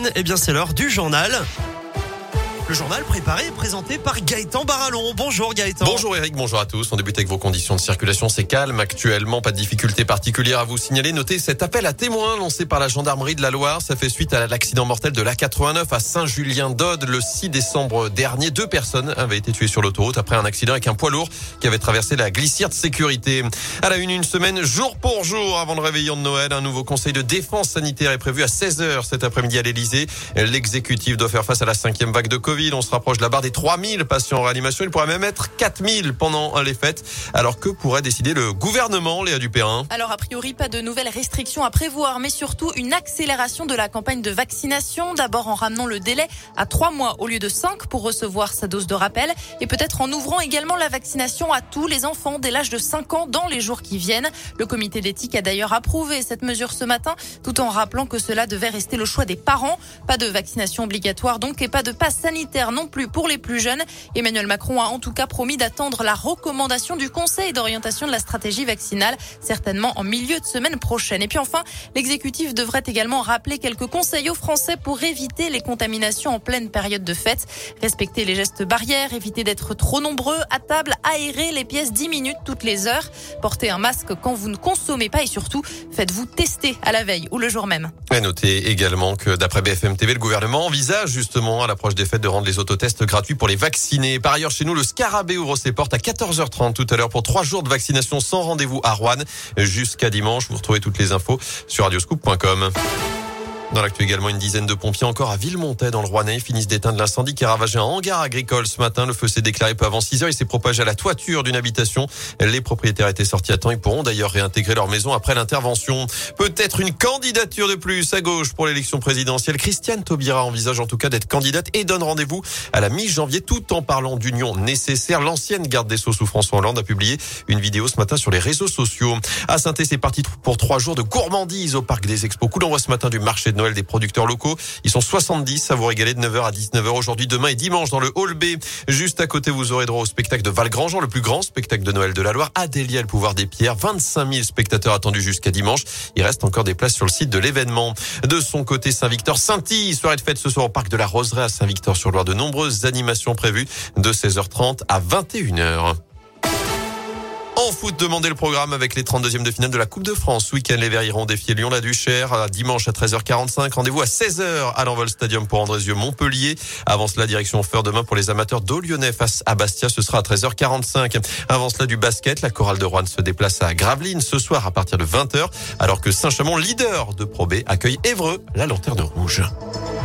semaine, c'est l'heure du journal. Le journal préparé et présenté par Gaëtan Barallon. Bonjour Gaëtan. Bonjour Eric, bonjour à tous. On débute avec vos conditions de circulation. C'est calme actuellement, pas de difficultés particulières à vous signaler. Notez cet appel à témoins lancé par la gendarmerie de la Loire. Ça fait suite à l'accident mortel de l'A89 à Saint-Julien-d'Aude le 6 décembre dernier. 2 personnes avaient été tuées sur l'autoroute après un accident avec un poids lourd qui avait traversé la glissière de sécurité. À la une semaine jour pour jour avant le réveillon de Noël. Un nouveau conseil de défense sanitaire est prévu à 16h cet après-midi à l'Elysée. L'exécutif doit faire face à la 5e vague de Covid. On se rapproche de la barre des 3000 patients en réanimation. Il pourrait même être 4000 pendant les fêtes. Alors que pourrait décider le gouvernement, Léa Dupérin? Alors, a priori, pas de nouvelles restrictions à prévoir, mais surtout une accélération de la campagne de vaccination. D'abord en ramenant le délai à 3 mois au lieu de 5 pour recevoir sa dose de rappel. Et peut-être en ouvrant également la vaccination à tous les enfants dès l'âge de 5 ans dans les jours qui viennent. Le comité d'éthique a d'ailleurs approuvé cette mesure ce matin, tout en rappelant que cela devait rester le choix des parents. Pas de vaccination obligatoire donc et pas de passe sanitaire non plus pour les plus jeunes. Emmanuel Macron a en tout cas promis d'attendre la recommandation du Conseil d'orientation de la stratégie vaccinale, certainement en milieu de semaine prochaine. Et puis enfin, l'exécutif devrait également rappeler quelques conseils aux Français pour éviter les contaminations en pleine période de fête. Respecter les gestes barrières, éviter d'être trop nombreux à table, aérer les pièces 10 minutes toutes les heures, porter un masque quand vous ne consommez pas et surtout, faites-vous tester à la veille ou le jour même. Et notez également que d'après BFM TV, le gouvernement envisage justement à l'approche des fêtes de rendre les autotests gratuits pour les vaccinés. Par ailleurs, chez nous, le Scarabée ouvre ses portes à 14h30 tout à l'heure pour 3 jours de vaccination sans rendez-vous à Roanne jusqu'à dimanche. Vous retrouvez toutes les infos sur radioscoop.com. Dans l'actu également, une dizaine de pompiers encore à Villemontais dans le Rouennais finissent d'éteindre l'incendie qui a ravagé un hangar agricole ce matin. Le feu s'est déclaré peu avant 6h. Il s'est propagé à la toiture d'une habitation. Les propriétaires étaient sortis à temps. Ils pourront d'ailleurs réintégrer leur maison après l'intervention. Peut-être une candidature de plus à gauche pour l'élection présidentielle. Christiane Taubira envisage en tout cas d'être candidate et donne rendez-vous à la mi-janvier tout en parlant d'union nécessaire. L'ancienne garde des Sceaux sous François Hollande a publié une vidéo ce matin sur les réseaux sociaux. À Saint-Étienne, c'est parti pour 3 jours de gourmandise au parc des Expos. Coup d'envoi ce matin du marché de Noël des producteurs locaux. Ils sont 70 à vous régaler de 9h à 19h aujourd'hui, demain et dimanche dans le hall B. Juste à côté, vous aurez droit au spectacle de Valgrandjean, le plus grand spectacle de Noël de la Loire. Adélia, le pouvoir des pierres. 25 000 spectateurs attendus jusqu'à dimanche. Il reste encore des places sur le site de l'événement. De son côté, Saint-Victor-Saintilly. Soirée de fête ce soir au parc de la Roseraie à Saint-Victor-sur-Loire. De nombreuses animations prévues de 16h30 à 21h. En foot, demandez le programme avec les 32e de finale de la Coupe de France. Ce week-end, les Verts iront défier Lyon-la-Duchère. Dimanche à 13h45. Rendez-vous à 16h à l'Envol Stadium pour Andrézieux-Montpellier. Avant cela, direction Feur demain pour les amateurs d'eau lyonnais face à Bastia. Ce sera à 13h45. Avant cela, du basket. La chorale de Roanne se déplace à Gravelines ce soir à partir de 20h. Alors que Saint-Chamond, leader de Pro B, accueille Évreux, la Lanterne Rouge.